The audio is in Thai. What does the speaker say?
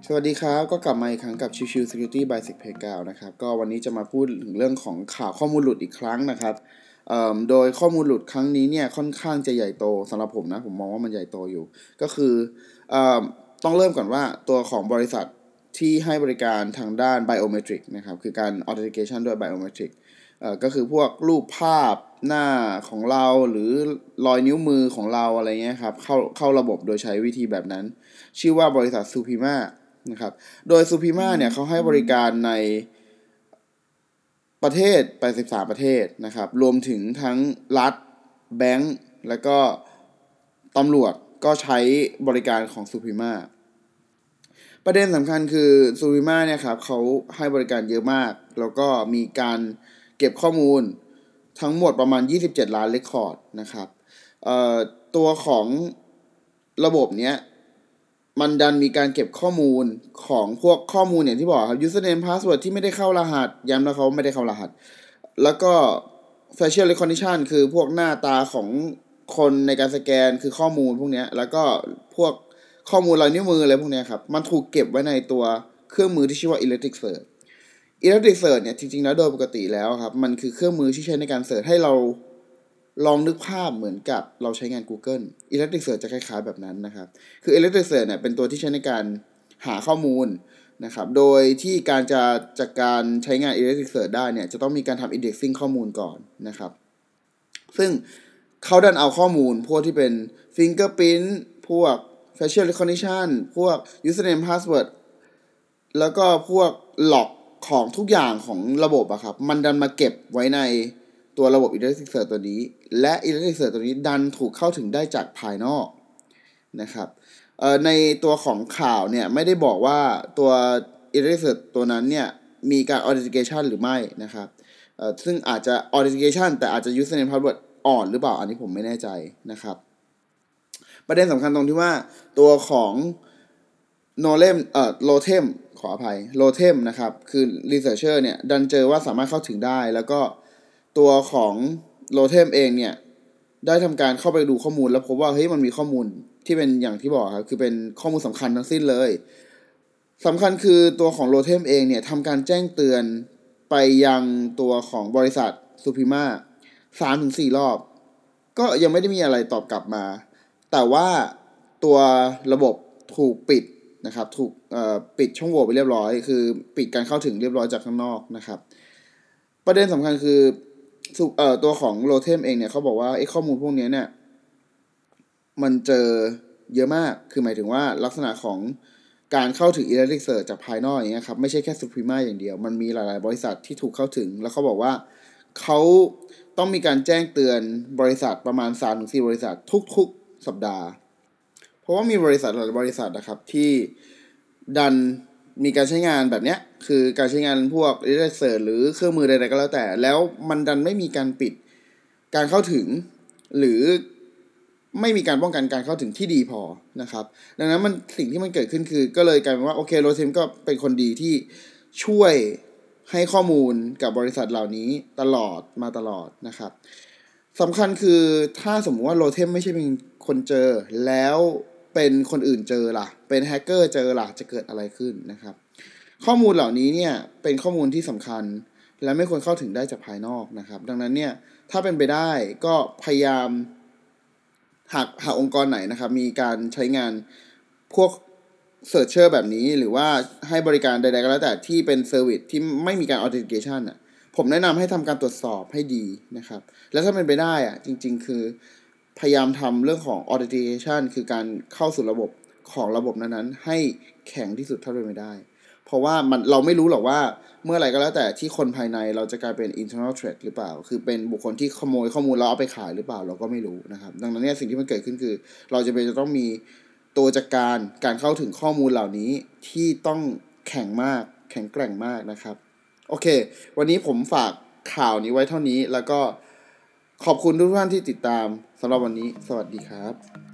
สวัสดีครับก็กลับมาอีกครั้งกับชิวๆ Security by Sec Playground นะครับก็วันนี้จะมาพูดถึงเรื่องของข่าวข้อมูลหลุดอีกครั้งนะครับโดยข้อมูลหลุดครั้งนี้เนี่ยค่อนข้างจะใหญ่โตสำหรับผมนะผมมองว่ามันใหญ่โตอยู่ก็คือเอ่อต้องเริ่มก่อนว่าตัวของบริษัทที่ให้บริการทางด้าน biometric นะครับคือการ authentication ด้วย biometric ก็คือพวกรูปภาพหน้าของเราหรือรอยนิ้วมือของเราอะไรเงี้ยครับเข้าระบบโดยใช้วิธีแบบนั้นชื่อว่าบริษัท Supima นะครับโดย Supima เนี่ยเขาให้บริการในประเทศ83ประเทศนะครับรวมถึงทั้งรัฐแบงก์และก็ตำรวจก็ใช้บริการของ Supima ประเด็นสำคัญคือ Supima เนี่ยครับเขาให้บริการเยอะมากแล้วก็มีการเก็บข้อมูลทั้งหมดประมาณ27ล้านเรคคอร์ดนะครับตัวของระบบเนี้ยมันดันมีการเก็บข้อมูลของพวกข้อมูลอย่างที่บอกครับ username password ที่ไม่ได้เข้ารหัสย้ำนะเขาไม่ได้เข้ารหัสแล้วก็ facial recognition คือพวกหน้าตาของคนในการสแกนคือข้อมูลพวกนี้แล้วก็พวกข้อมูลลายนิ้วมืออะไรพวกนี้ครับมันถูกเก็บไว้ในตัวเครื่องมือที่ชื่อว่า Elasticsearch Elasticsearch เนี่ยจริงๆแล้วโดยปกติแล้วครับมันคือเครื่องมือที่ใช้ในการเสิร์ชให้เราลองนึกภาพเหมือนกับเราใช้งาน Google Elasticsearch จะคล้ายๆแบบนั้นนะครับคือ Elasticsearch เนี่ยเป็นตัวที่ใช้ในการหาข้อมูลนะครับโดยที่การจะจากการใช้งาน Elasticsearch ได้เนี่ยจะต้องมีการทำ indexing ข้อมูลก่อนนะครับซึ่งเขาดันเอาข้อมูลพวกที่เป็น fingerprint พวก facial recognition พวก username password แล้วก็พวกหลอกของทุกอย่างของระบบอะครับมันดันมาเก็บไว้ในตัวระบบ Elasticsearch ตัวนี้และ Elasticsearch ตัวนี้ดันถูกเข้าถึงได้จากภายนอกนะครับในตัวของข่าวเนี่ยไม่ได้บอกว่าตัว Elasticsearch ตัวนั้นเนี่ยมีการ authentication หรือไม่นะครับซึ่งอาจจะ authentication แต่อาจจะ username password อ่อนหรือเปล่าอันนี้ผมไม่แน่ใจนะครับประเด็นสำคัญตรงที่ว่าตัวของLotem ขออภัย Lotem นะครับคือ researcher เนี่ยดันเจอว่าสามารถเข้าถึงได้แล้วก็ตัวของ Lotem เองเนี่ยได้ทำการเข้าไปดูข้อมูลแล้วพบว่าเฮ้ยมันมีข้อมูลที่เป็นอย่างที่บอกครับคือเป็นข้อมูลสำคัญทั้งสิ้นเลยสำคัญคือตัวของ Lotem เองเนี่ยทำการแจ้งเตือนไปยังตัวของบริษัท Supima 3-4 รอบก็ยังไม่ได้มีอะไรตอบกลับมาแต่ว่าตัวระบบถูกปิดนะครับถูกปิดช่องโหว่ไปเรียบร้อยคือปิดการเข้าถึงเรียบร้อยจากข้างนอกนะครับประเด็นสำคัญคือตัวของโลเทมเองเนี่ยเขาบอกว่าไอ้ข้อมูลพวกนี้เนี่ยมันเจอเยอะมากคือหมายถึงว่าลักษณะของการเข้าถึง Elasticsearch จากภายนอกอย่างเงี้ยครับไม่ใช่แค่ Supima อย่างเดียวมันมีหลายๆบริษัทที่ถูกเข้าถึงแล้วเขาบอกว่าเขาต้องมีการแจ้งเตือนบริษัทประมาณ 3-4 บริษัททุกๆสัปดาห์เพราะว่ามีบริษัทหลายบริษัทนะครับที่ดันมีการใช้งานแบบเนี้ยคือการใช้งานพวก Elasticsearch หรือเครื่องมือใดๆก็แล้วแต่แล้วมันดันไม่มีการปิดการเข้าถึงหรือไม่มีการป้องกันการเข้าถึงที่ดีพอนะครับดังนั้นมันสิ่งที่มันเกิดขึ้นคือก็เลยกลายเป็นว่าโอเคโรเทมก็เป็นคนดีที่ช่วยให้ข้อมูลกับบริษัทเหล่านี้ตลอดนะครับสำคัญคือถ้าสมมติว่าโรเทมไม่ใช่เป็นคนเจอแล้วเป็นคนอื่นเจอล่ะเป็นแฮกเกอร์เจอล่ะจะเกิดอะไรขึ้นนะครับข้อมูลเหล่านี้เนี่ยเป็นข้อมูลที่สำคัญและไม่ควรเข้าถึงได้จากภายนอกนะครับดังนั้นเนี่ยถ้าเป็นไปได้ก็พยายามหากองค์กรไหนนะครับมีการใช้งานพวกเสิร์ชเชอร์แบบนี้หรือว่าให้บริการใดๆก็แล้วแต่ที่เป็นเซอร์วิสที่ไม่มีการ authentication อ่ะผมแนะนำให้ทำการตรวจสอบให้ดีนะครับแล้วถ้าเป็นไปได้อ่ะจริงๆคือพยายามทำเรื่องของ authentication คือการเข้าสู่ระบบของระบบนั้นๆให้แข็งที่สุดเท่าที่เป็นไปได้เพราะว่าเราไม่รู้หรอกว่าเมื่อไหร่ก็แล้วแต่ที่คนภายในเราจะกลายเป็น internal threat หรือเปล่าคือเป็นบุคคลที่ขโมยข้อมูลแล้วเอาไปขายหรือเปล่าเราก็ไม่รู้นะครับดังนั้นเนี่ยสิ่งที่มันเกิดขึ้นคือเราจะต้องมีตัวจัดการเข้าถึงข้อมูลเหล่านี้ที่ต้องแข็งมากแข็งแกร่งมากนะครับโอเควันนี้ผมฝากข่าวนี้ไว้เท่านี้แล้วก็ขอบคุณทุกท่านที่ติดตามสำหรับวันนี้สวัสดีครับ